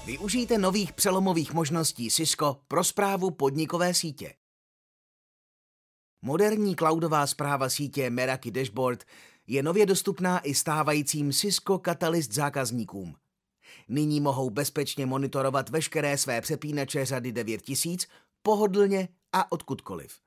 Využijte nových přelomových možností Cisco pro správu podnikové sítě. Moderní cloudová správa sítě Meraki Dashboard je nově dostupná i stávajícím Cisco Catalyst zákazníkům. Nyní mohou bezpečně monitorovat veškeré své přepínače řady 9000 pohodlně a odkudkoliv.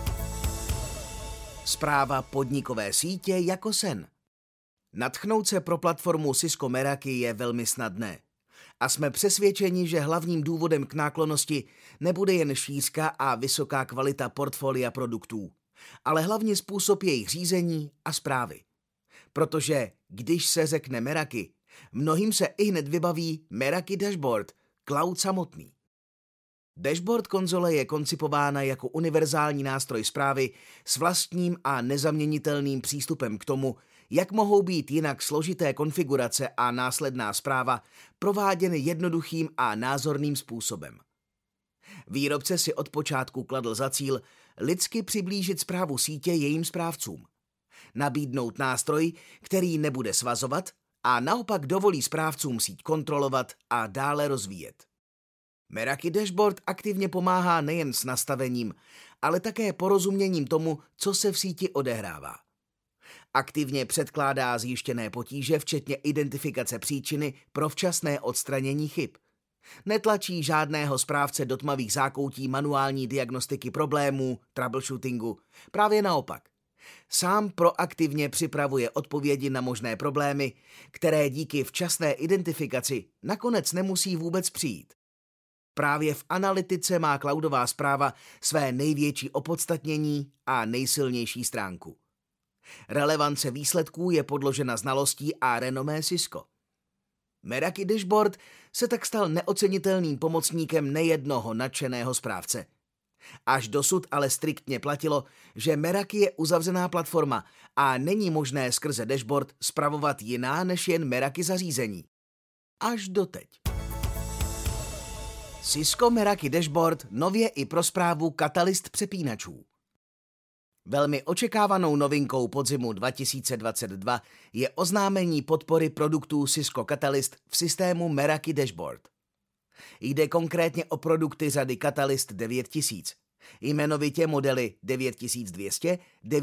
Správa podnikové sítě jako sen. Nadchnout se pro platformu Cisco Meraki je velmi snadné. A jsme přesvědčeni, že hlavním důvodem k náklonnosti nebude jen šířka a vysoká kvalita portfolia produktů, ale hlavně způsob jejich řízení a správy. Protože když se řekne Meraki, mnohým se ihned vybaví Meraki Dashboard, cloud samotný. Dashboard konzole je koncipována jako univerzální nástroj správy s vlastním a nezaměnitelným přístupem k tomu, jak mohou být jinak složité konfigurace a následná správa prováděny jednoduchým a názorným způsobem. Výrobce si od počátku kladl za cíl lidsky přiblížit správu sítě jejím správcům. Nabídnout nástroj, který nebude svazovat a naopak dovolí správcům síť kontrolovat a dále rozvíjet. Meraki Dashboard aktivně pomáhá nejen s nastavením, ale také porozuměním tomu, co se v síti odehrává. Aktivně předkládá zjištěné potíže, včetně identifikace příčiny pro včasné odstranění chyb. Netlačí žádného správce do tmavých zákoutí manuální diagnostiky problémů, troubleshootingu. Právě naopak. Sám proaktivně připravuje odpovědi na možné problémy, které díky včasné identifikaci nakonec nemusí vůbec přijít. Právě v analytice má cloudová správa své největší opodstatnění a nejsilnější stránku. Relevance výsledků je podložena znalostí a renomé Cisco. Meraki Dashboard se tak stal neocenitelným pomocníkem nejednoho nadšeného správce. Až dosud ale striktně platilo, že Meraki je uzavřená platforma a není možné skrze dashboard spravovat jiná než jen Meraki zařízení. Až doteď. Cisco Meraki Dashboard nově i pro správu Catalyst přepínačů. Velmi očekávanou novinkou podzimu 2022 je oznámení podpory produktů Cisco Catalyst v systému Meraki Dashboard. Jde konkrétně o produkty řady Catalyst 9000, jmenovitě modely 9200,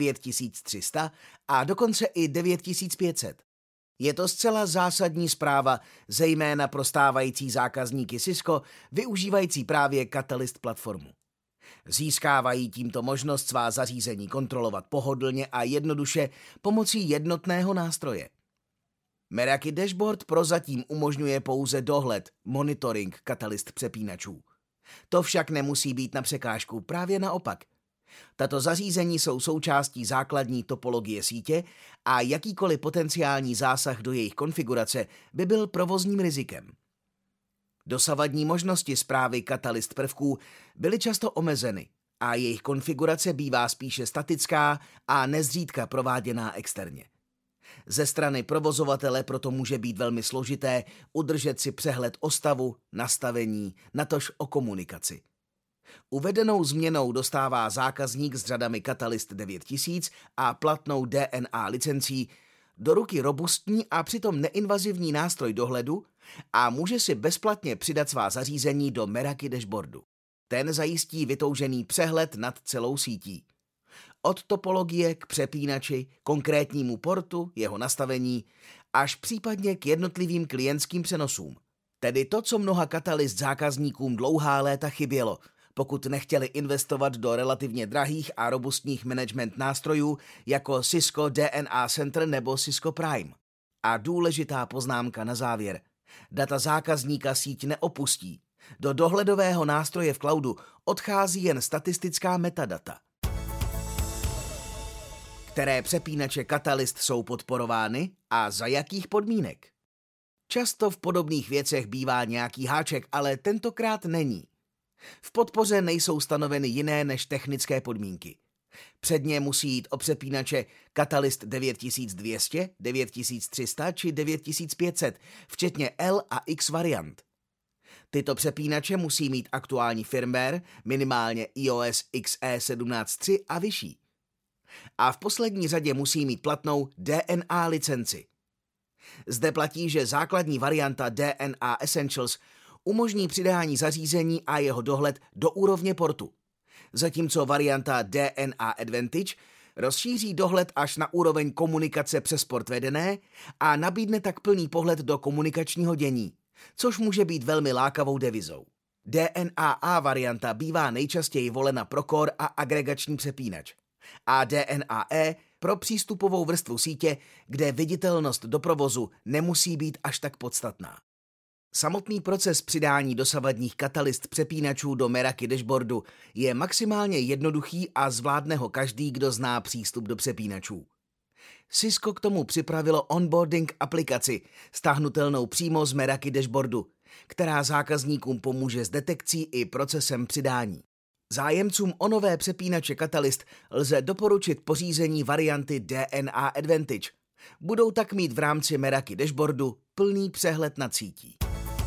9300 a dokonce i 9500. Je to zcela zásadní zpráva, zejména pro stávající zákazníky Cisco, využívající právě Catalyst platformu. Získávají tímto možnost svá zařízení kontrolovat pohodlně a jednoduše pomocí jednotného nástroje. Meraki Dashboard prozatím umožňuje pouze dohled, monitoring Catalyst přepínačů. To však nemusí být na překážku, právě naopak. Tato zařízení jsou součástí základní topologie sítě a jakýkoliv potenciální zásah do jejich konfigurace by byl provozním rizikem. Dosavadní možnosti správy Catalyst prvků byly často omezeny a jejich konfigurace bývá spíše statická a nezřídka prováděná externě. Ze strany provozovatele proto může být velmi složité udržet si přehled o stavu, nastavení, natož o komunikaci. Uvedenou změnou dostává zákazník s řadami Catalyst 9000 a platnou DNA licencí do ruky robustní a přitom neinvazivní nástroj dohledu a může si bezplatně přidat svá zařízení do Meraki Dashboardu. Ten zajistí vytoužený přehled nad celou sítí. Od topologie k přepínači, konkrétnímu portu, jeho nastavení, až případně k jednotlivým klientským přenosům. Tedy to, co mnoha Catalyst zákazníkům dlouhá léta chybělo, pokud nechtěli investovat do relativně drahých a robustních management nástrojů jako Cisco DNA Center nebo Cisco Prime. A důležitá poznámka na závěr. Data zákazníka síť neopustí. Do dohledového nástroje v cloudu odchází jen statistická metadata. Které přepínače Catalyst jsou podporovány a za jakých podmínek? Často v podobných věcech bývá nějaký háček, ale tentokrát není. V podpoře nejsou stanoveny jiné než technické podmínky. Předně musí jít o přepínače Catalyst 9200, 9300 či 9500, včetně L a X variant. Tyto přepínače musí mít aktuální firmware, minimálně iOS XE 17.3 a vyšší. A v poslední řadě musí mít platnou DNA licenci. Zde platí, že základní varianta DNA Essentials umožní přidání zařízení a jeho dohled do úrovně portu. Zatímco varianta DNA Advantage rozšíří dohled až na úroveň komunikace přes port vedené a nabídne tak plný pohled do komunikačního dění, což může být velmi lákavou devizou. DNA-A varianta bývá nejčastěji volena pro core a agregační přepínač a DNA-E pro přístupovou vrstvu sítě, kde viditelnost do provozu nemusí být až tak podstatná. Samotný proces přidání dosavadních Catalyst přepínačů do Meraki dashboardu je maximálně jednoduchý a zvládne ho každý, kdo zná přístup do přepínačů. Cisco k tomu připravilo onboarding aplikaci, stáhnutelnou přímo z Meraki dashboardu, která zákazníkům pomůže s detekcí i procesem přidání. Zájemcům o nové přepínače Catalyst lze doporučit pořízení varianty DNA Advantage. Budou tak mít v rámci Meraki dashboardu plný přehled nad sítí.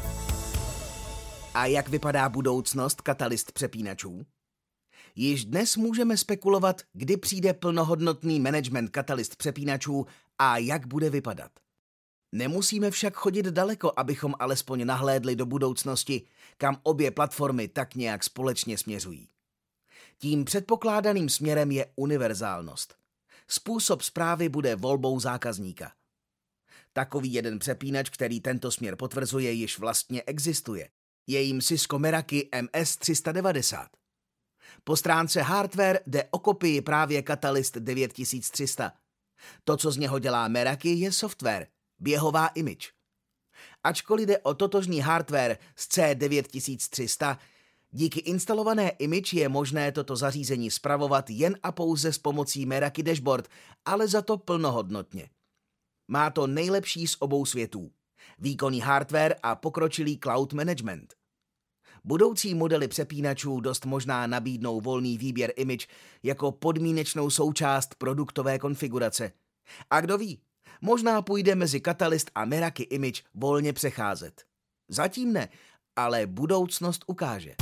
A jak vypadá budoucnost Catalyst přepínačů? Již dnes můžeme spekulovat, kdy přijde plnohodnotný management Catalyst přepínačů a jak bude vypadat. Nemusíme však chodit daleko, abychom alespoň nahlédli do budoucnosti, kam obě platformy tak nějak společně směřují. Tím předpokládaným směrem je univerzálnost. Způsob správy bude volbou zákazníka. Takový jeden přepínač, který tento směr potvrzuje, již vlastně existuje. Je jím Cisco Meraki MS390. Po stránce hardware jde o kopii právě Catalyst 9300. To, co z něho dělá Meraki, je software, běhová image. Ačkoliv jde o totožný hardware z C9300, díky instalované image je možné toto zařízení spravovat jen a pouze s pomocí Meraki dashboard, ale za to plnohodnotně. Má to nejlepší z obou světů. Výkonný hardware a pokročilý cloud management. Budoucí modely přepínačů dost možná nabídnou volný výběr image jako podmínečnou součást produktové konfigurace. A kdo ví, možná půjde mezi Catalyst a Meraki image volně přecházet. Zatím ne, ale budoucnost ukáže.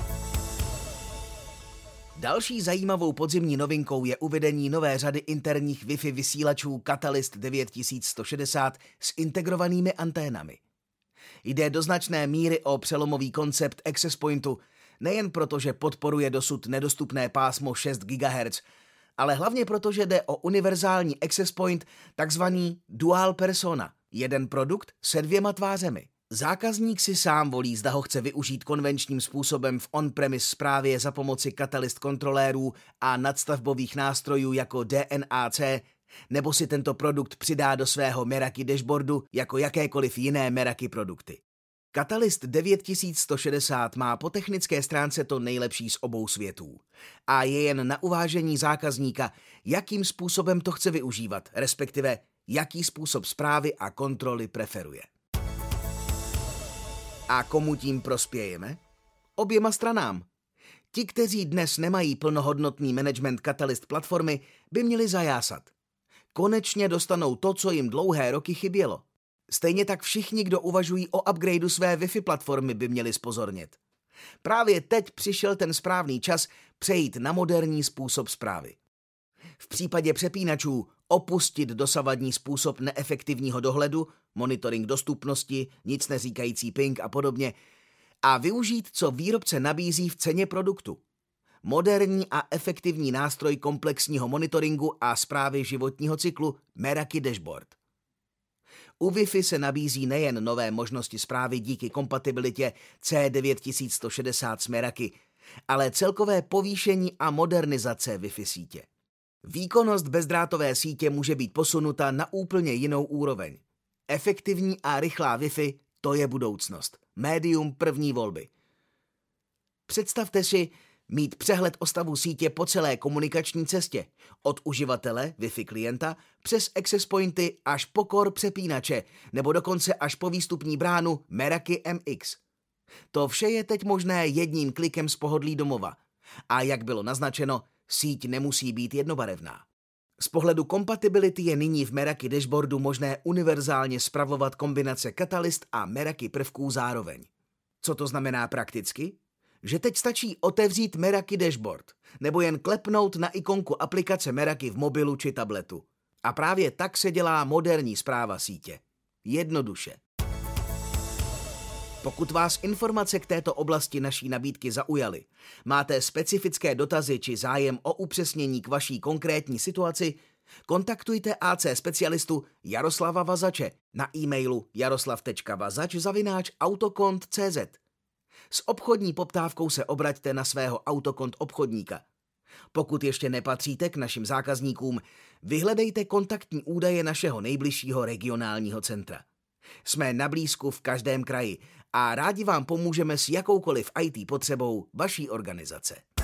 Další zajímavou podzimní novinkou je uvedení nové řady interních Wi-Fi vysílačů Catalyst 9160 s integrovanými anténami. Jde do značné míry o přelomový koncept Access Pointu, nejen proto, že podporuje dosud nedostupné pásmo 6 GHz, ale hlavně proto, že jde o univerzální Access Point, takzvaný dual persona, jeden produkt se dvěma tvářemi. Zákazník si sám volí, zda ho chce využít konvenčním způsobem v on-premise správě za pomoci Catalyst kontrolérů a nadstavbových nástrojů jako DNAC, nebo si tento produkt přidá do svého Meraki dashboardu jako jakékoliv jiné Meraki produkty. Catalyst 9160 má po technické stránce to nejlepší z obou světů a je jen na uvážení zákazníka, jakým způsobem to chce využívat, respektive jaký způsob správy a kontroly preferuje. A komu tím prospějeme? Oběma stranám. Ti, kteří dnes nemají plnohodnotný management Catalyst platformy, by měli zajásat. Konečně dostanou to, co jim dlouhé roky chybělo. Stejně tak všichni, kdo uvažují o upgradeu své Wi-Fi platformy, by měli zpozornět. Právě teď přišel ten správný čas přejít na moderní způsob správy. V případě přepínačů opustit dosavadní způsob neefektivního dohledu, monitoring dostupnosti, nic neříkající ping a podobně, a využít, co výrobce nabízí v ceně produktu. Moderní a efektivní nástroj komplexního monitoringu a správy životního cyklu Meraki dashboard. U Wi-Fi se nabízí nejen nové možnosti správy díky kompatibilitě C9160 s Meraki, ale celkové povýšení a modernizace Wi-Fi sítě. Výkonnost bezdrátové sítě může být posunuta na úplně jinou úroveň. Efektivní a rychlá Wi-Fi, to je budoucnost. Médium první volby. Představte si mít přehled o stavu sítě po celé komunikační cestě, od uživatele, Wi-Fi klienta, přes access pointy až po core přepínače, nebo dokonce až po výstupní bránu Meraki MX. To vše je teď možné jedním klikem z pohodlí domova. A jak bylo naznačeno, síť nemusí být jednobarevná. Z pohledu kompatibility je nyní v Meraki dashboardu možné univerzálně spravovat kombinace Catalyst a Meraki prvků zároveň. Co to znamená prakticky? Že teď stačí otevřít Meraki dashboard, nebo jen klepnout na ikonku aplikace Meraki v mobilu či tabletu. A právě tak se dělá moderní správa sítě. Jednoduše. Pokud vás informace k této oblasti naší nabídky zaujaly, máte specifické dotazy či zájem o upřesnění k vaší konkrétní situaci, kontaktujte AC specialistu Jaroslava Vazače na e-mailu jaroslav.vazač@autokont.cz. S obchodní poptávkou se obraťte na svého Autokont obchodníka. Pokud ještě nepatříte k našim zákazníkům, vyhledejte kontaktní údaje našeho nejbližšího regionálního centra. Jsme na blízku v každém kraji a rádi vám pomůžeme s jakoukoliv IT potřebou vaší organizace.